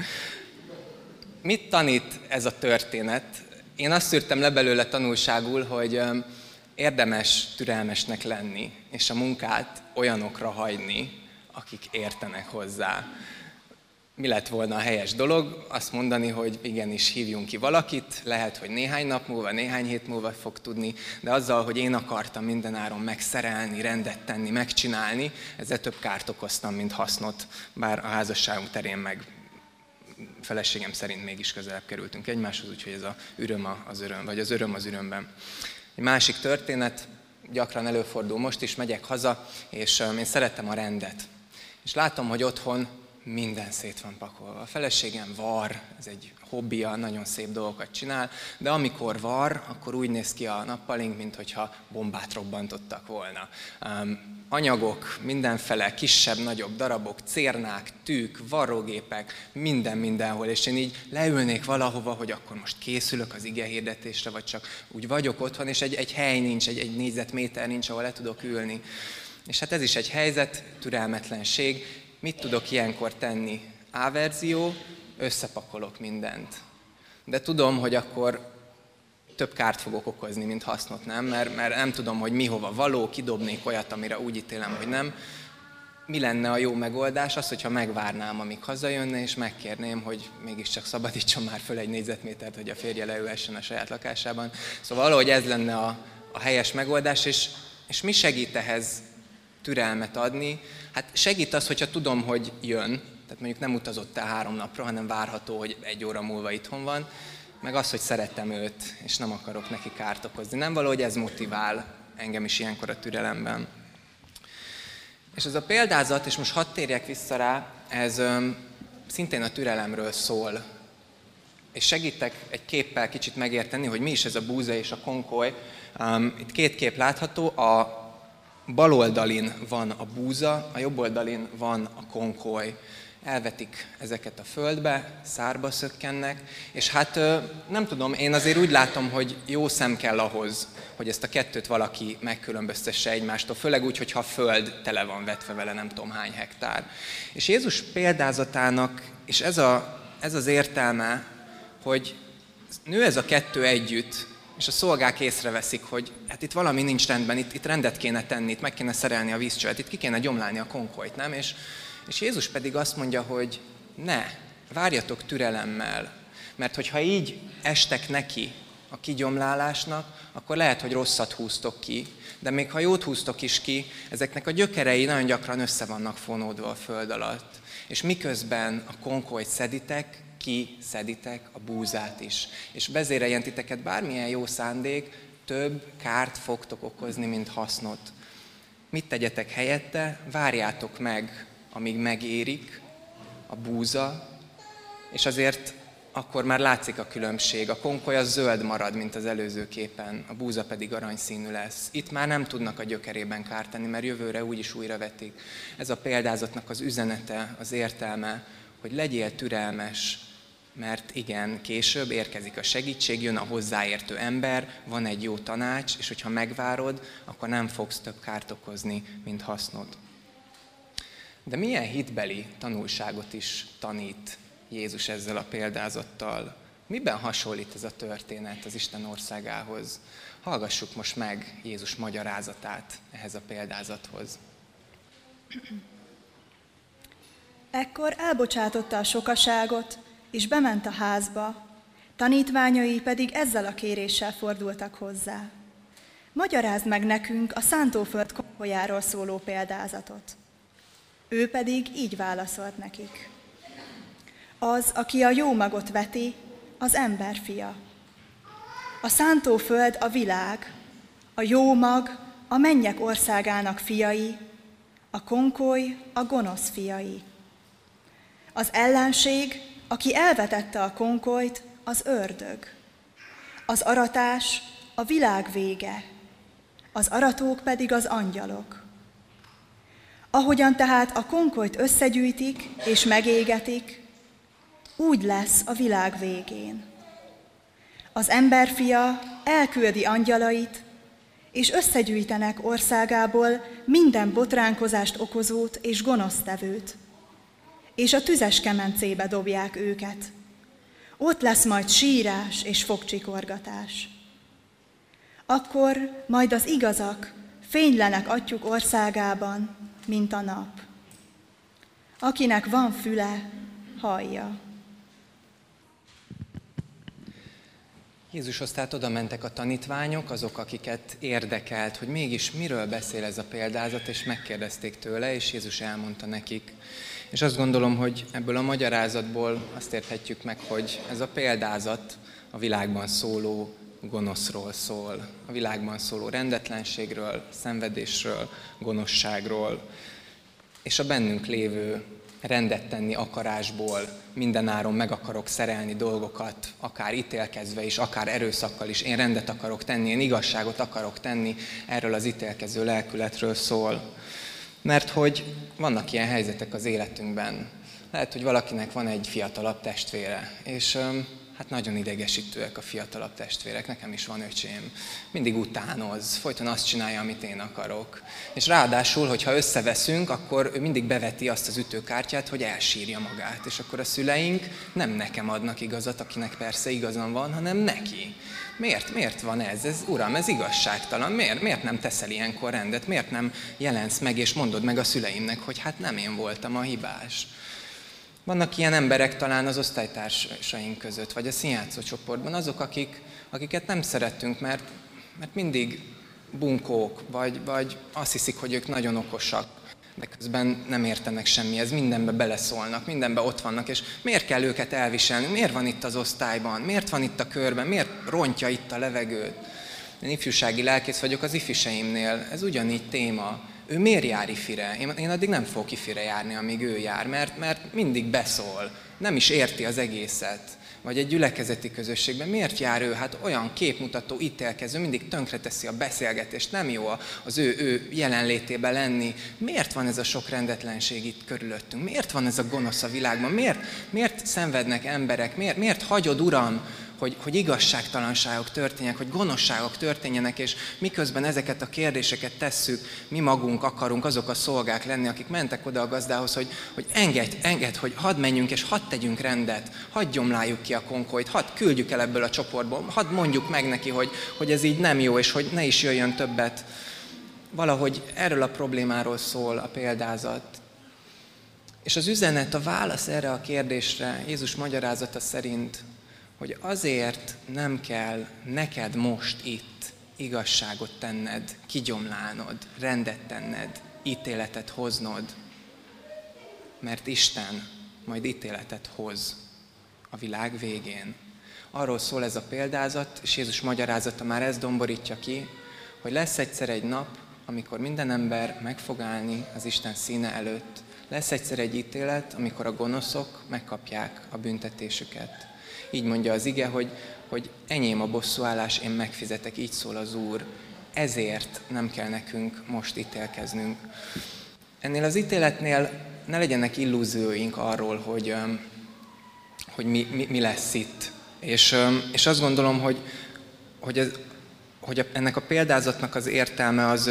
Mit tanít ez a történet? Én azt szűrtem le belőle tanulságul, hogy érdemes türelmesnek lenni, és a munkát olyanokra hagyni, akik értenek hozzá. Mi lett volna a helyes dolog? Azt mondani, hogy igenis hívjunk ki valakit, lehet, hogy néhány nap múlva, néhány hét múlva fog tudni, de azzal, hogy én akartam mindenáron megszerelni, rendet tenni, megcsinálni, ezzel több kárt okoztam, mint hasznot, bár a házasságunk terén meg feleségem szerint mégis közelebb kerültünk egymáshoz, úgyhogy ez az öröm az öröm, vagy az öröm az örömben. Egy másik történet, gyakran előfordul, most is megyek haza, és én szeretem a rendet. És látom, hogy otthon minden szét van pakolva. A feleségem var, ez egy hobbija, nagyon szép dolgokat csinál, de amikor var, akkor úgy néz ki a nappalink, mintha bombát robbantottak volna. Um, anyagok, mindenfele, kisebb, nagyobb darabok, cérnák, tűk, varrógépek, minden mindenhol, és én így leülnék valahova, hogy akkor most készülök az igehirdetésre, vagy csak úgy vagyok otthon, és egy, egy hely nincs, egy, egy négyzetméter nincs, ahol le tudok ülni. És hát ez is egy helyzet, türelmetlenség. Mit tudok ilyenkor tenni? A-verzió, összepakolok mindent. De tudom, hogy akkor több kárt fogok okozni, mint hasznot, nem? Mert, mert nem tudom, hogy mi hova való, kidobnék olyat, amire úgy ítélem, hogy nem. Mi lenne a jó megoldás? Az, hogyha megvárnám, amíg hazajönne, és megkérném, hogy mégiscsak szabadítson már föl egy négyzetmétert, hogy a férje leülhessen a saját lakásában. Szóval valahogy ez lenne a, a helyes megoldás, és, és mi segít ehhez türelmet adni? Hát segít az, hogyha tudom, hogy jön, tehát mondjuk nem utazott el három napra, hanem várható, hogy egy óra múlva itthon van, meg az, hogy szeretem őt, és nem akarok neki kárt okozni. Nem valahogy ez motivál engem is ilyenkor a türelemben. És ez a példázat, és most hadd térjek vissza rá, ez öm, szintén a türelemről szól. És segítek egy képpel kicsit megérteni, hogy mi is ez a búza és a konkoly. Um, itt két kép látható, a bal oldalin van a búza, a jobb oldalin van a konkoly. Elvetik ezeket a földbe, szárba szökkennek, és hát nem tudom, én azért úgy látom, hogy jó szem kell ahhoz, hogy ezt a kettőt valaki megkülönböztesse egymástól, főleg úgy, hogyha a föld tele van vetve vele nem tudom hány hektár. És Jézus példázatának, és ez, a, ez az értelme, hogy nő ez a kettő együtt, és a szolgák észreveszik, hogy hát itt valami nincs rendben, itt, itt rendet kéne tenni, itt meg kéne szerelni a vízcsövet, itt ki kéne gyomlálni a konkolyt, nem? És, és Jézus pedig azt mondja, hogy ne, várjatok türelemmel, mert hogyha így estek neki a kigyomlálásnak, akkor lehet, hogy rosszat húztok ki, de még ha jót húztok is ki, ezeknek a gyökerei nagyon gyakran össze vannak fonódva a föld alatt. És miközben a konkolyt szeditek, kiszeditek a búzát is. És vezéreljen titeket bármilyen jó szándék, több kárt fogtok okozni, mint hasznot. Mit tegyetek helyette? Várjátok meg, amíg megérik a búza, és azért akkor már látszik a különbség. A konkoly az zöld marad, mint az előző képen, a búza pedig aranyszínű lesz. Itt már nem tudnak a gyökerében kárt tenni, mert jövőre úgyis újra vetik. Ez a példázatnak az üzenete, az értelme, hogy legyél türelmes, mert igen, később érkezik a segítség, jön a hozzáértő ember, van egy jó tanács, és hogyha megvárod, akkor nem fogsz több kárt okozni, mint hasznot. De milyen hitbeli tanulságot is tanít Jézus ezzel a példázattal? Miben hasonlít ez a történet az Isten országához? Hallgassuk most meg Jézus magyarázatát ehhez a példázathoz. Ekkor elbocsátotta a sokaságot, és bement a házba, tanítványai pedig ezzel a kéréssel fordultak hozzá. Magyarázd meg nekünk a szántóföld konkolyáról szóló példázatot. Ő pedig így válaszolt nekik. Az, aki a jó magot veti, az ember fia. A szántóföld a világ, a jó mag a mennyek országának fiai, a konkoly a gonosz fiai. Az ellenség, aki elvetette a konkolyt, az ördög. Az aratás a világ vége, az aratók pedig az angyalok. Ahogyan tehát a konkolyt összegyűjtik és megégetik, úgy lesz a világ végén. Az emberfia elküldi angyalait, és összegyűjtenek országából minden botránkozást okozót és gonosztevőt, és a tüzes kemencébe dobják őket. Ott lesz majd sírás és fogcsikorgatás. Akkor majd az igazak fénylenek atyuk országában, mint a nap. Akinek van füle, hallja. Jézushoz tehát oda mentek a tanítványok, azok, akiket érdekelt, hogy mégis miről beszél ez a példázat, és megkérdezték tőle, és Jézus elmondta nekik. És azt gondolom, hogy ebből a magyarázatból azt érthetjük meg, hogy ez a példázat a világban szóló gonoszról szól. A világban szóló rendetlenségről, szenvedésről, gonoszságról, és a bennünk lévő rendet tenni akarásból mindenáron meg akarok szerelni dolgokat, akár ítélkezve is, akár erőszakkal is. Én rendet akarok tenni, én igazságot akarok tenni, erről az ítélkező lelkületről szól. Mert hogy vannak ilyen helyzetek az életünkben. Lehet, hogy valakinek van egy fiatalabb testvére, és hát nagyon idegesítőek a fiatalabb testvérek, nekem is van öcsém. Mindig utánoz, folyton azt csinálja, amit én akarok. És ráadásul, hogyha összeveszünk, akkor ő mindig beveti azt az ütőkártyát, hogy elsírja magát. És akkor a szüleink nem nekem adnak igazat, akinek persze igazam van, hanem neki. Miért? Miért van ez? Ez, uram, ez igazságtalan. Miért? Miért nem teszel ilyenkor rendet? Miért nem jelensz meg és mondod meg a szüleimnek, hogy hát nem én voltam a hibás? Vannak ilyen emberek talán az osztálytársaink között, vagy a színjátszó csoportban, azok, akik, akiket nem szeretünk, mert, mert mindig bunkók, vagy, vagy azt hiszik, hogy ők nagyon okosak, de közben nem értenek semmihez, mindenbe beleszólnak, mindenbe ott vannak, és miért kell őket elviselni? Miért van itt az osztályban? Miért van itt a körben? Miért rontja itt a levegőt? Én ifjúsági lelkész vagyok az ifiseimnél, ez ugyanígy téma. Ő miért jár ifire? Én, én addig nem fogok ifire járni, amíg ő jár, mert, mert mindig beszól, nem is érti az egészet. Vagy egy gyülekezeti közösségben miért jár ő? Hát olyan képmutató, ítélkező, mindig tönkreteszi a beszélgetést, nem jó az ő, ő jelenlétében lenni. Miért van ez a sok rendetlenség itt körülöttünk? Miért van ez a gonosz a világban? Miért, miért szenvednek emberek? Miért, miért hagyod, Uram, hogy, hogy igazságtalanságok történjenek, hogy gonoszságok történjenek, és miközben ezeket a kérdéseket tesszük, mi magunk akarunk azok a szolgák lenni, akik mentek oda a gazdához, hogy, hogy engedj, engedj, hogy hadd menjünk és hadd tegyünk rendet, hadd gyomláljuk ki a konkolyt, hadd küldjük el ebből a csoportból, hadd mondjuk meg neki, hogy, hogy ez így nem jó, és hogy ne is jöjjön többet. Valahogy erről a problémáról szól a példázat. És az üzenet, a válasz erre a kérdésre Jézus magyarázata szerint, hogy azért nem kell neked most itt igazságot tenned, kigyomlálnod, rendet tenned, ítéletet hoznod, mert Isten majd ítéletet hoz a világ végén. Arról szól ez a példázat, és Jézus magyarázata már ezt domborítja ki, hogy lesz egyszer egy nap, amikor minden ember meg fog állni az Isten színe előtt. Lesz egyszer egy ítélet, amikor a gonoszok megkapják a büntetésüket. Így mondja az ige, hogy, hogy enyém a bosszúállás, én megfizetek, így szól az Úr. Ezért nem kell nekünk most ítélkeznünk. Ennél az ítéletnél ne legyenek illúzióink arról, hogy, hogy mi, mi, mi lesz itt. És, és azt gondolom, hogy, hogy, ez, hogy ennek a példázatnak az értelme az,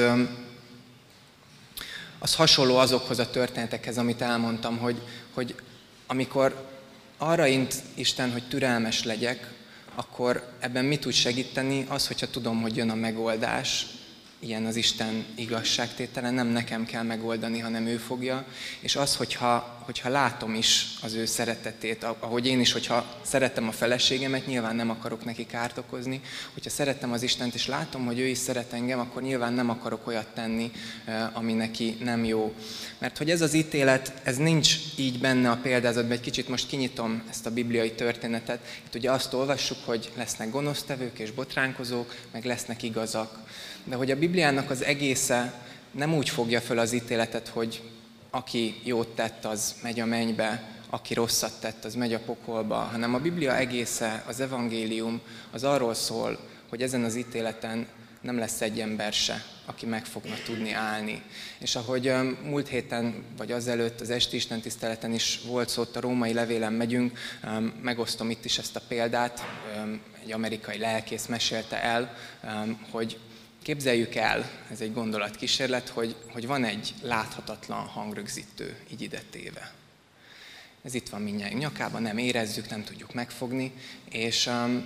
az hasonló azokhoz a történetekhez, amit elmondtam, hogy, hogy amikor arra int Isten, hogy türelmes legyek, akkor ebben mit tud segíteni? Az, hogyha tudom, hogy jön a megoldás, ilyen az Isten igazságtétele, nem nekem kell megoldani, hanem ő fogja, és az, hogyha, hogyha látom is az ő szeretetét, ahogy én is, hogyha szeretem a feleségemet, nyilván nem akarok neki kárt okozni, hogyha szeretem az Istent, és látom, hogy ő is szeret engem, akkor nyilván nem akarok olyat tenni, ami neki nem jó. Mert hogy ez az ítélet, ez nincs így benne a példázatban, egy kicsit most kinyitom ezt a bibliai történetet. Itt ugye azt olvassuk, hogy lesznek gonosztevők és botránkozók, meg lesznek igazak. De hogy a Bibliának az egésze nem úgy fogja föl az ítéletet, hogy aki jót tett, az megy a mennybe, aki rosszat tett, az megy a pokolba, hanem a Biblia egésze, az evangélium, az arról szól, hogy ezen az ítéleten nem lesz egy ember se, aki meg fogna tudni állni. És ahogy múlt héten, vagy azelőtt az esti istentiszteleten is volt szó, ott a római levélen megyünk, megosztom itt is ezt a példát, egy amerikai lelkész mesélte el, hogy képzeljük el, ez egy gondolatkísérlet, hogy, hogy van egy láthatatlan hangrögzítő, így ide téve. Ez itt van mindnyájunk nyakában, nem érezzük, nem tudjuk megfogni, és um,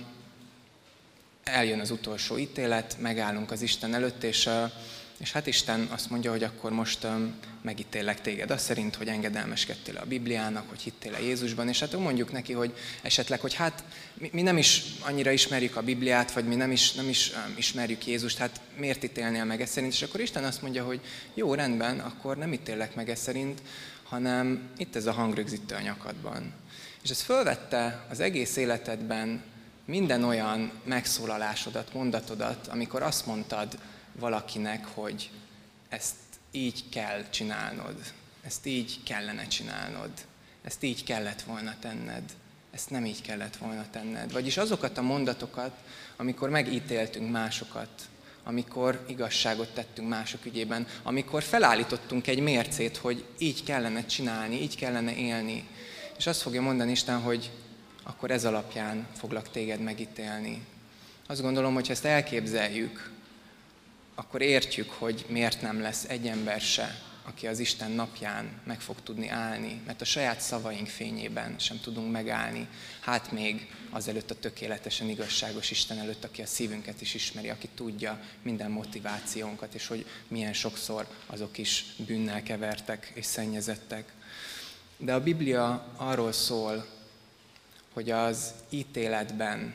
eljön az utolsó ítélet, megállunk az Isten előtt, és, uh, és hát Isten azt mondja, hogy akkor most um, megítéllek téged azt szerint, hogy engedelmeskedtél a Bibliának, hogy hittél a Jézusban, és hát mondjuk neki, hogy esetleg, hogy hát mi, mi nem is annyira ismerjük a Bibliát, vagy mi nem is, nem is um, ismerjük Jézust, hát miért ítélnél meg ezt szerint? És akkor Isten azt mondja, hogy jó, rendben, akkor nem ítélek meg ezt szerint, hanem itt ez a hangrögzítő a nyakadban. És ez fölvette az egész életedben minden olyan megszólalásodat, mondatodat, amikor azt mondtad valakinek, hogy ezt így kell csinálnod, ezt így kellene csinálnod, ezt így kellett volna tenned, ezt nem így kellett volna tenned. Vagyis azokat a mondatokat, amikor megítéltünk másokat, amikor igazságot tettünk mások ügyében, amikor felállítottunk egy mércét, hogy így kellene csinálni, így kellene élni. És azt fogja mondani Isten, hogy akkor ez alapján foglak téged megítélni. Azt gondolom, hogy ha ezt elképzeljük, akkor értjük, hogy miért nem lesz egy ember se, aki az Isten napján meg fog tudni állni, mert a saját szavaink fényében sem tudunk megállni, hát még azelőtt a tökéletesen igazságos Isten előtt, aki a szívünket is ismeri, aki tudja minden motivációnkat, és hogy milyen sokszor azok is bűnnel kevertek és szennyezettek. De a Biblia arról szól, hogy az ítéletben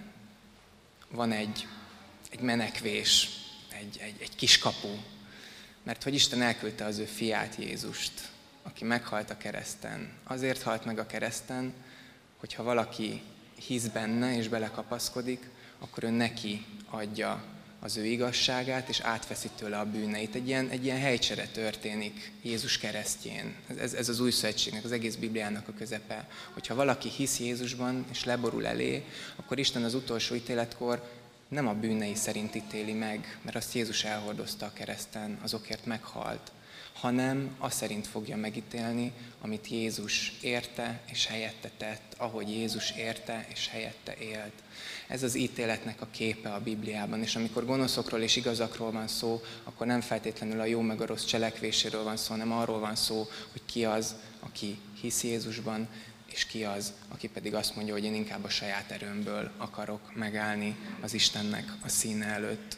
van egy, egy menekvés, egy, egy, egy kiskapu, mert hogy Isten elküldte az ő fiát, Jézust, aki meghalt a kereszten. Azért halt meg a kereszten, hogyha valaki hisz benne és belekapaszkodik, akkor ő neki adja az ő igazságát, és átveszi tőle a bűneit. Egy ilyen, egy ilyen helycsere történik Jézus keresztjén. Ez, ez az új szövetségnek, az egész Bibliának a közepe. Hogyha valaki hisz Jézusban, és leborul elé, akkor Isten az utolsó ítéletkor nem a bűnei szerint ítéli meg, mert azt Jézus elhordozta a kereszten, azokért meghalt, hanem azt szerint fogja megítélni, amit Jézus érte és helyette tett, ahogy Jézus érte és helyette élt. Ez az ítéletnek a képe a Bibliában, és amikor gonoszokról és igazakról van szó, akkor nem feltétlenül a jó meg a rossz cselekvéséről van szó, hanem arról van szó, hogy ki az, aki hisz Jézusban, és ki az, aki pedig azt mondja, hogy én inkább a saját erőmből akarok megállni az Istennek a színe előtt.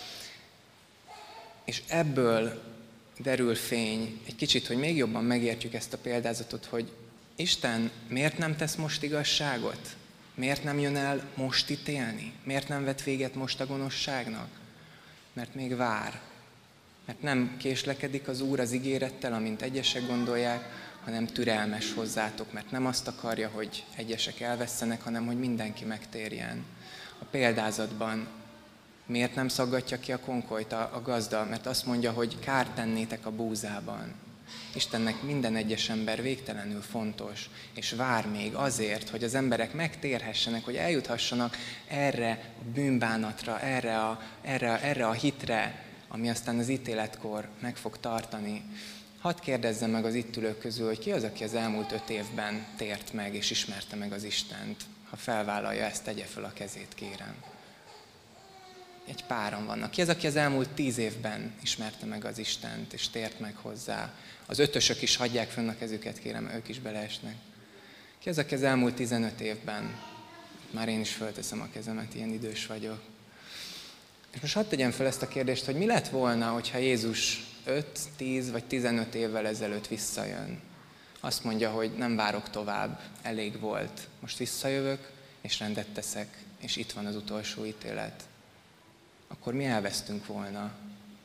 És ebből derül fény egy kicsit, hogy még jobban megértjük ezt a példázatot, hogy Isten miért nem tesz most igazságot? Miért nem jön el most ítélni? Miért nem vet véget most a gonoszságnak? Mert még vár. Mert nem késlekedik az Úr az ígérettel, amint egyesek gondolják, hanem türelmes hozzátok, mert nem azt akarja, hogy egyesek elvesszenek, hanem hogy mindenki megtérjen. A példázatban miért nem szaggatja ki a konkolyt a, a gazda? Mert azt mondja, hogy kárt tennétek a búzában. Istennek minden egyes ember végtelenül fontos, és vár még azért, hogy az emberek megtérhessenek, hogy eljuthassanak erre a bűnbánatra, erre a, erre, erre a hitre, ami aztán az ítéletkor meg fog tartani. Hadd kérdezzem meg az itt ülők közül, hogy ki az, aki az elmúlt öt évben tért meg és ismerte meg az Istent. Ha felvállalja ezt, tegye fel a kezét, kérem. Egy páran vannak. Ki az, aki az elmúlt tíz évben ismerte meg az Istent, és tért meg hozzá? Az ötösök is hagyják fönn a kezüket, kérem, ők is beleesnek. Ki az, aki az elmúlt tizenöt évben? Már én is fölteszem a kezemet, ilyen idős vagyok. És most hadd tegyem fel ezt a kérdést, hogy mi lett volna, hogyha Jézus öt, tíz vagy tizenöt évvel ezelőtt visszajön. Azt mondja, hogy nem várok tovább, elég volt. Most visszajövök, és rendet teszek, és itt van az utolsó ítélet. Akkor mi elvesztünk volna.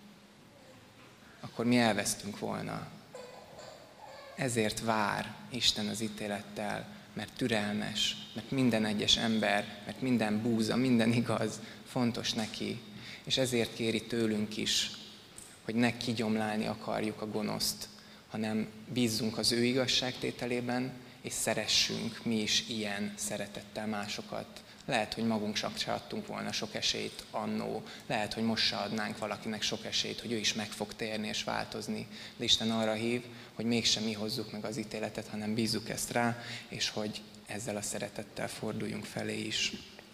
Akkor mi elvesztünk volna. Ezért vár Isten az ítélettel, mert türelmes, mert minden egyes ember, mert minden búza, minden igaz, fontos neki. És ezért kéri tőlünk is, hogy ne kigyomlálni akarjuk a gonoszt, hanem bízzunk az ő igazságtételében, és szeressünk mi is ilyen szeretettel másokat. Lehet, hogy magunk se adtunk volna sok esélyt annó, lehet, hogy most se adnánk valakinek sok esélyt, hogy ő is meg fog térni és változni. De Isten arra hív, hogy mégsem mi hozzuk meg az ítéletet, hanem bízzuk ezt rá, és hogy ezzel a szeretettel forduljunk felé is.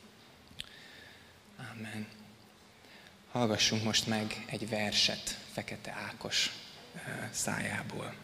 Amen. Hallgassunk most meg egy verset Fekete Ákos szájából.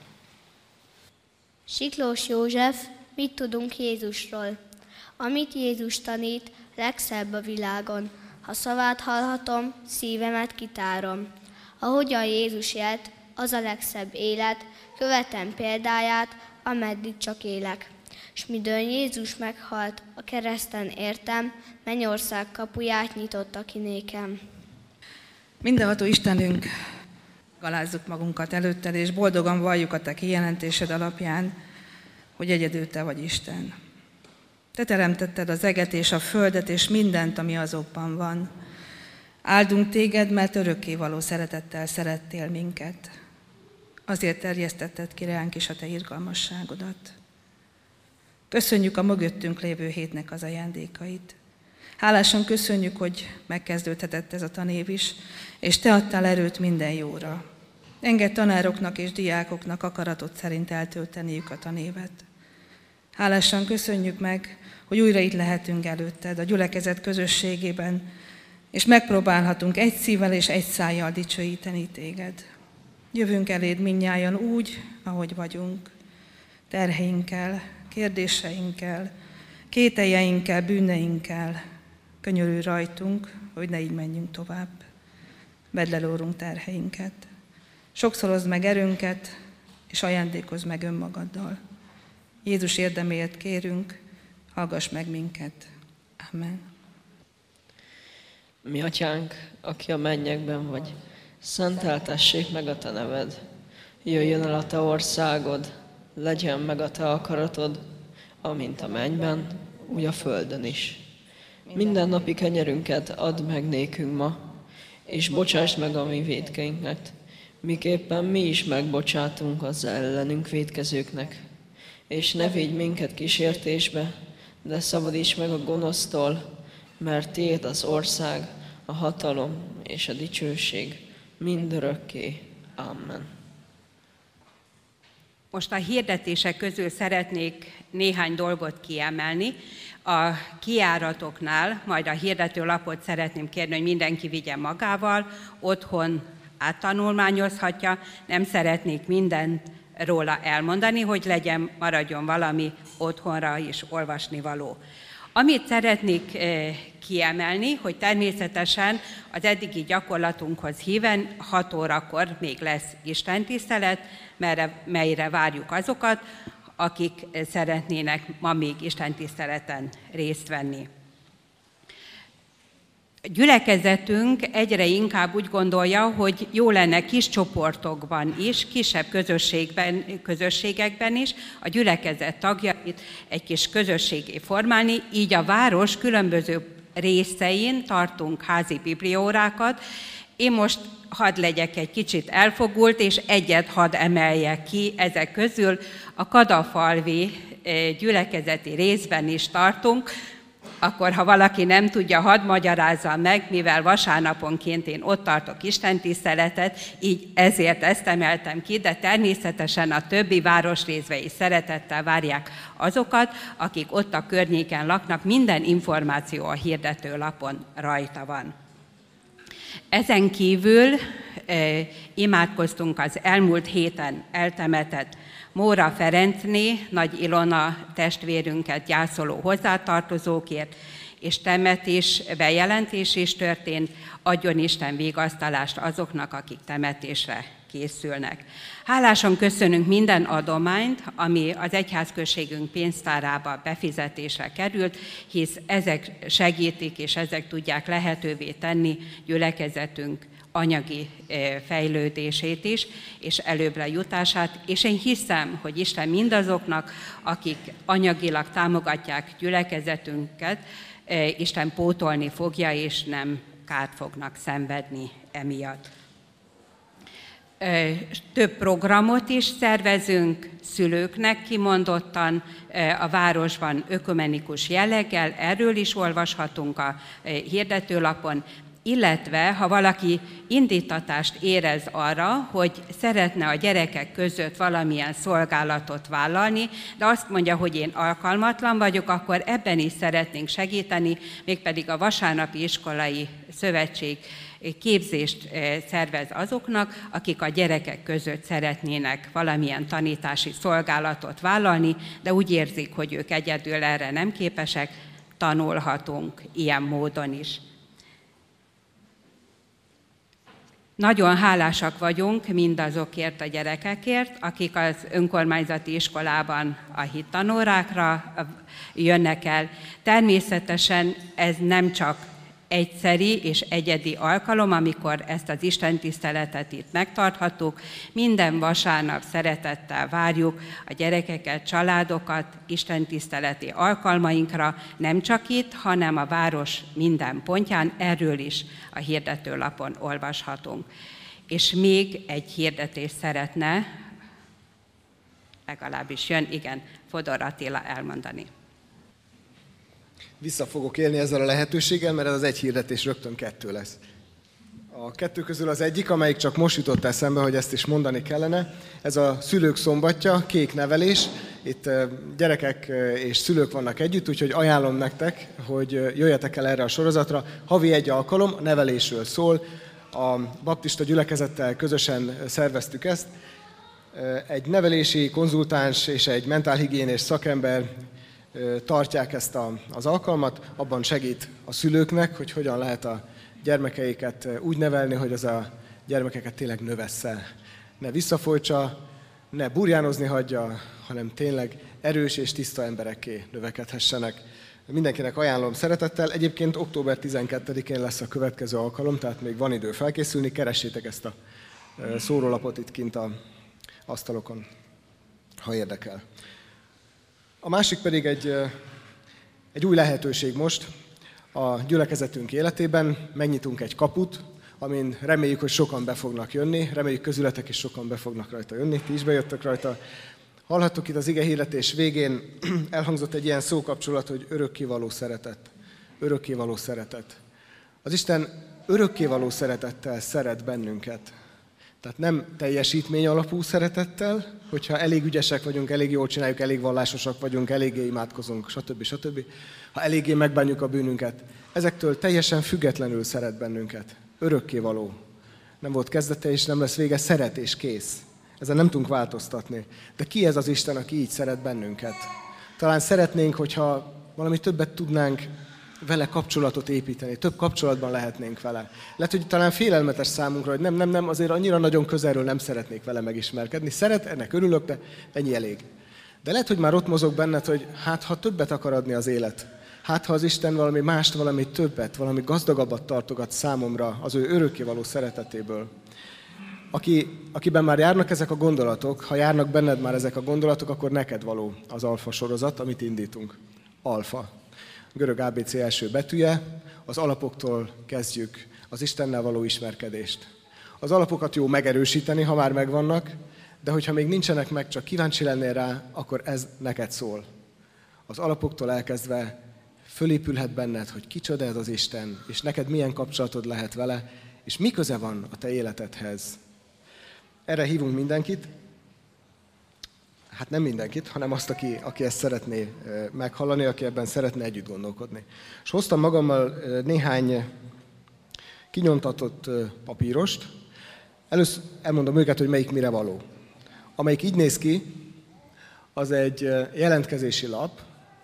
Siklós József, mit tudunk Jézusról? Amit Jézus tanít, legszebb a világon. Ha szavát hallhatom, szívemet kitárom. Ahogyan Jézus élt, az a legszebb élet, követem példáját, ameddig csak élek. S midőn Jézus meghalt, a kereszten értem, mennyország kapuját nyitotta ki nékem. Mindenható Istenünk, galázzuk magunkat előtted, és boldogan valljuk a te kijelentésed alapján, hogy egyedül te vagy Isten. Te teremtetted az eget és a földet, és mindent, ami azokban van. Áldunk téged, mert örökkévaló szeretettel szerettél minket. Azért terjesztetted ki ránk is a te irgalmasságodat. Köszönjük a mögöttünk lévő hétnek az ajándékait. Hálásan köszönjük, hogy megkezdődhetett ez a tanév is, és te adtál erőt minden jóra. Engedd tanároknak és diákoknak akaratot szerint eltölteniük a tanévet. Hálásan köszönjük meg, hogy újra itt lehetünk előtted, a gyülekezet közösségében, és megpróbálhatunk egy szívvel és egy szájjal dicsőíteni téged. Jövünk eléd mindnyájan úgy, ahogy vagyunk, terheinkkel, kérdéseinkkel, kételjeinkkel, bűneinkkel. Könyörülj rajtunk, hogy ne így menjünk tovább. Vedd le Úrunk terheinket. Sokszorozd meg erőnket, és ajándékozz meg önmagaddal. Jézus érdeméért kérünk, hallgass meg minket. Amen. Mi atyánk, aki a mennyekben vagy, szenteltessék meg a te neved. Jöjjön el a te országod, legyen meg a te akaratod, amint a mennyben, úgy a földön is. Minden napi kenyerünket add meg nékünk ma, és bocsásd meg a mi vétkeinknek, miképpen mi is megbocsátunk az ellenünk vétkezőknek. És ne védj minket kísértésbe, de szabadíts meg a gonosztól, mert tiéd az ország, a hatalom és a dicsőség mindörökké. Amen. Most a hirdetések közül szeretnék néhány dolgot kiemelni. A kijáratoknál majd a hirdetőlapot szeretném kérni, hogy mindenki vigye magával, otthon áttanulmányozhatja, nem szeretnék mindent róla elmondani, hogy legyen, maradjon valami otthonra is olvasni való. Amit szeretnék kiemelni, hogy természetesen az eddigi gyakorlatunkhoz híven hat órakor még lesz istentisztelet, melyre várjuk azokat, akik szeretnének ma még istentiszteleten részt venni. gyülekezetünk egyre inkább úgy gondolja, hogy jó lenne kis csoportokban is, kisebb közösségben, közösségekben is a gyülekezet tagjait egy kis közösségé formálni, így a város különböző részein tartunk házi bibliaórákat. Én most hadd legyek egy kicsit elfogult, és egyet hadd emeljek ki ezek közül. A kadafalvi gyülekezeti részben is tartunk, akkor ha valaki nem tudja, hadd magyarázzam meg, mivel vasárnaponként én ott tartok istentiszteletet, így ezért ezt emeltem ki, de természetesen a többi városrészbe is szeretettel várják azokat, akik ott a környéken laknak, minden információ a hirdetőlapon rajta van. Ezen kívül e, imádkoztunk az elmúlt héten eltemetett Móra Ferencné, Nagy Ilona testvérünket gyászoló hozzátartozókért, és temetés bejelentés is történt, adjon Isten vigasztalást azoknak, akik temetésre készülnek. Hálásan köszönünk minden adományt, ami az egyházközségünk pénztárába befizetésre került, hisz ezek segítik és ezek tudják lehetővé tenni gyülekezetünk anyagi fejlődését is, és előbbre jutását, és én hiszem, hogy Isten mindazoknak, akik anyagilag támogatják gyülekezetünket, Isten pótolni fogja, és nem kárt fognak szenvedni emiatt. Több programot is szervezünk szülőknek kimondottan a városban ökumenikus jelleggel, erről is olvashatunk a hirdetőlapon, illetve ha valaki indítatást érez arra, hogy szeretne a gyerekek között valamilyen szolgálatot vállalni, de azt mondja, hogy én alkalmatlan vagyok, akkor ebben is szeretnénk segíteni, mégpedig a Vasárnapi Iskolai Szövetség képzést szervez azoknak, akik a gyerekek között szeretnének valamilyen tanítási szolgálatot vállalni, de úgy érzik, hogy ők egyedül erre nem képesek, tanulhatunk ilyen módon is. Nagyon hálásak vagyunk mindazokért a gyerekekért, akik az önkormányzati iskolában a hittanórákra jönnek el. Természetesen ez nem csak egyszeri és egyedi alkalom, amikor ezt az istentiszteletet itt megtarthatjuk. Minden vasárnap szeretettel várjuk a gyerekeket, családokat istentiszteleti alkalmainkra, nem csak itt, hanem a város minden pontján, erről is a hirdetőlapon olvashatunk. És még egy hirdetést szeretne, legalábbis jön, igen, Fodor Attila elmondani. Vissza fogok élni ezzel a lehetőséggel, mert ez az egy hirdetés rögtön kettő lesz. A kettő közül az egyik, amelyik csak most jutott eszembe, hogy ezt is mondani kellene, ez a szülők szombatja, kék nevelés. Itt gyerekek és szülők vannak együtt, úgyhogy ajánlom nektek, hogy jöjjetek el erre a sorozatra. Havi egy alkalom, a nevelésről szól. A baptista gyülekezettel közösen szerveztük ezt. Egy nevelési konzultáns és egy mentálhigiénés szakember tartják ezt a, az alkalmat, abban segít a szülőknek, hogy hogyan lehet a gyermekeiket úgy nevelni, hogy az a gyermekeket tényleg növesszel. Ne visszafolytsa, ne burjánozni hagyja, hanem tényleg erős és tiszta emberekké növekedhessenek. Mindenkinek ajánlom szeretettel. Egyébként október tizenkettedikén lesz a következő alkalom, tehát még van idő felkészülni. Keressétek ezt a szórólapot itt kint az asztalokon, ha érdekel. A másik pedig egy, egy új lehetőség most a gyülekezetünk életében. Megnyitunk egy kaput, amin reméljük, hogy sokan be fognak jönni, reméljük közületek is sokan be fognak rajta jönni, ti is bejöttek rajta. Hallhattuk itt az ige hirdetés végén, elhangzott egy ilyen szókapcsolat, hogy örökkévaló szeretet. Örökkévaló szeretet. Az Isten örökkévaló szeretettel szeret bennünket. Tehát nem teljesítmény alapú szeretettel, hogyha elég ügyesek vagyunk, elég jól csináljuk, elég vallásosak vagyunk, eléggé imádkozunk, stb. stb. Ha eléggé megbánjuk a bűnünket. Ezektől teljesen függetlenül szeret bennünket. Örökkévaló. Nem volt kezdete és nem lesz vége, szeret és kész. Ezen nem tudunk változtatni. De ki ez az Isten, aki így szeret bennünket? Talán szeretnénk, hogyha valami többet tudnánk vele kapcsolatot építeni, több kapcsolatban lehetnénk vele. Lehet, hogy talán félelmetes számunkra, hogy nem, nem, nem, azért annyira nagyon közelről nem szeretnék vele megismerkedni. Szeret, ennek örülök, de ennyi elég. De lehet, hogy már ott mozog benned, hogy hát ha többet akar adni az élet, Hát, ha az Isten valami mást, valami többet, valami gazdagabbat tartogat számomra az ő örökkévaló szeretetéből. Aki, akiben már járnak ezek a gondolatok, ha járnak benned már ezek a gondolatok, akkor neked való az alfa sorozat, amit indítunk. Alfa. A görög á bé cé első betűje, az alapoktól kezdjük az Istennel való ismerkedést. Az alapokat jó megerősíteni, ha már megvannak, de hogyha még nincsenek meg, csak kíváncsi lennél rá, akkor ez neked szól. Az alapoktól elkezdve fölépülhet benned, hogy kicsoda ez az Isten, és neked milyen kapcsolatod lehet vele, és mi köze van a te életedhez. Erre hívunk mindenkit, hát nem mindenkit, hanem azt, aki, aki ezt szeretné meghallani, aki ebben szeretne együtt gondolkodni. És hoztam magammal néhány kinyomtatott papírost. Először elmondom őket, hogy melyik mire való. Amelyik így néz ki, az egy jelentkezési lap,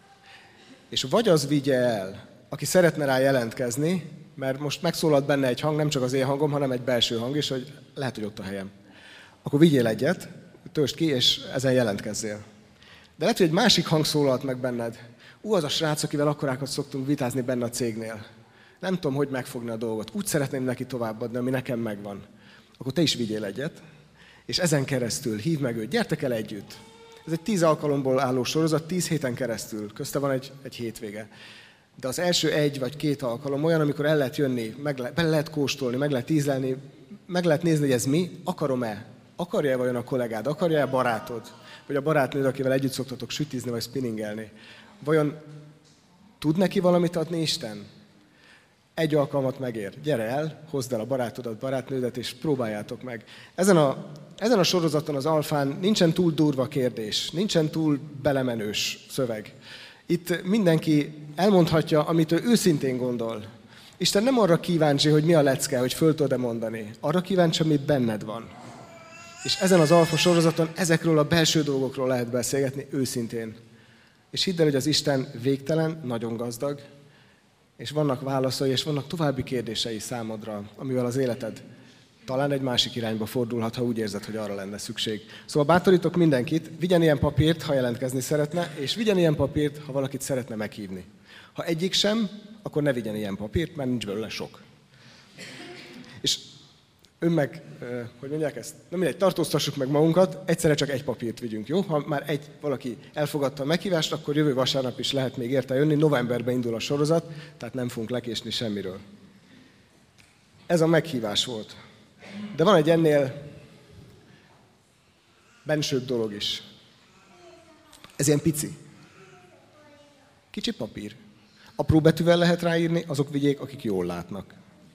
és vagy az vigye el, aki szeretne rá jelentkezni, mert most megszólalt benne egy hang, nem csak az én hangom, hanem egy belső hang is, hogy lehet, hogy ott a helyem. Akkor vigyél egyet, töltsd ki, és ezen jelentkezzél. De lehet, hogy egy másik hang szólalt meg benned. Ú, az a srác, akivel akkorákat szoktunk vitázni benne a cégnél. Nem tudom, hogy megfogni a dolgot. Úgy szeretném neki továbbadni, ami nekem megvan. Akkor te is vigyél egyet, és ezen keresztül hívd meg őt. Gyertek el együtt. Ez egy tíz alkalomból álló sorozat, tíz héten keresztül. Közte van egy, egy hétvége. De az első egy vagy két alkalom olyan, amikor el lehet jönni, meg le, bele lehet kóstolni, meg lehet ízlelni, meg lehet nézni, hogy ez mi, akarom-e? Akarja-e vajon a kollégád, akarja-e a barátod? Vagy a barátnőd, akivel együtt szoktatok sütizni vagy spinningelni? Vajon tud neki valamit adni Isten? Egy alkalmat megér. Gyere el, hozd el a barátodat, barátnődet, és próbáljátok meg. Ezen a, ezen a sorozaton, az alfán nincsen túl durva kérdés, nincsen túl belemenős szöveg. Itt mindenki elmondhatja, amit ő őszintén gondol. Isten nem arra kíváncsi, hogy mi a lecke, hogy föl tudod-e mondani. Arra kíváncsi, ami benned van. És ezen az alfa sorozaton ezekről a belső dolgokról lehet beszélgetni őszintén. És hidd el, hogy az Isten végtelen, nagyon gazdag, és vannak válaszai, és vannak további kérdései számodra, amivel az életed talán egy másik irányba fordulhat, ha úgy érzed, hogy arra lenne szükség. Szóval bátorítok mindenkit, vigyen ilyen papírt, ha jelentkezni szeretne, és vigyen ilyen papírt, ha valakit szeretne meghívni. Ha egyik sem, akkor ne vigyen ilyen papírt, mert nincs belőle sok. És ön meg, hogy mondják ezt, nem mindegy, tartóztassuk meg magunkat, egyszerre csak egy papírt vigyünk, jó? Ha már egy valaki elfogadta a meghívást, akkor jövő vasárnap is lehet még érte jönni, novemberben indul a sorozat, tehát nem fogunk lekésni semmiről. Ez a meghívás volt. De van egy ennél bensőbb dolog is. Ez ilyen pici. Kicsi papír. Apró betűvel lehet ráírni, azok vigyék, akik jól látnak.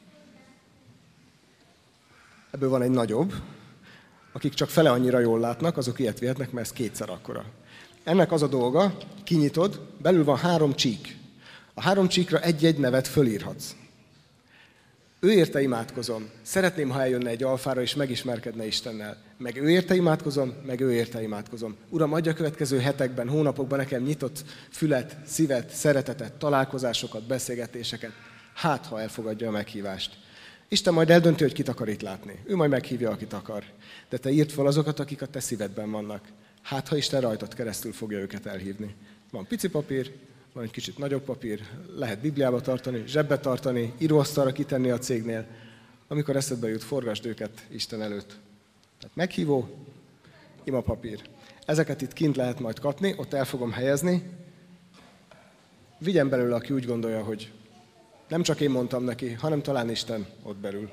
Ebből van egy nagyobb, akik csak fele annyira jól látnak, azok ilyet vihetnek, mert ez kétszer akkora. Ennek az a dolga, kinyitod, belül van három csík. A három csíkra egy-egy nevet fölírhatsz. Ő érte imádkozom. Szeretném, ha eljönne egy alfára és megismerkedne Istennel. Meg ő érte imádkozom, meg ő érte imádkozom. Uram, adja a következő hetekben, hónapokban nekem nyitott fület, szívet, szeretetet, találkozásokat, beszélgetéseket. Hát, ha elfogadja a meghívást. Isten majd eldönti, hogy kit akar itt látni. Ő majd meghívja, akit akar. De te írd fel azokat, akik a te szívedben vannak. Hát, ha Isten rajtad keresztül fogja őket elhívni. Van pici papír, van egy kicsit nagyobb papír, lehet Bibliába tartani, zsebbe tartani, íróasztalra kitenni a cégnél. Amikor eszedbe jut, forgasd őket Isten előtt. Tehát meghívó, imapapír. Ezeket itt kint lehet majd kapni, ott el fogom helyezni. Vigyen belőle, aki úgy gondolja, hogy nem csak én mondtam neki, hanem talán Isten ott belül.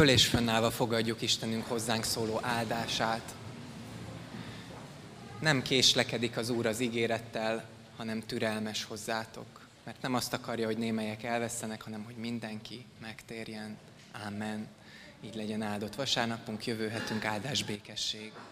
Föl és fönnállva fogadjuk Istenünk hozzánk szóló áldását. Nem késlekedik az Úr az ígérettel, hanem türelmes hozzátok. Mert nem azt akarja, hogy némelyek elvesszenek, hanem hogy mindenki megtérjen. Amen. Így legyen áldott vasárnapunk, jövő hetünk áldás békesség.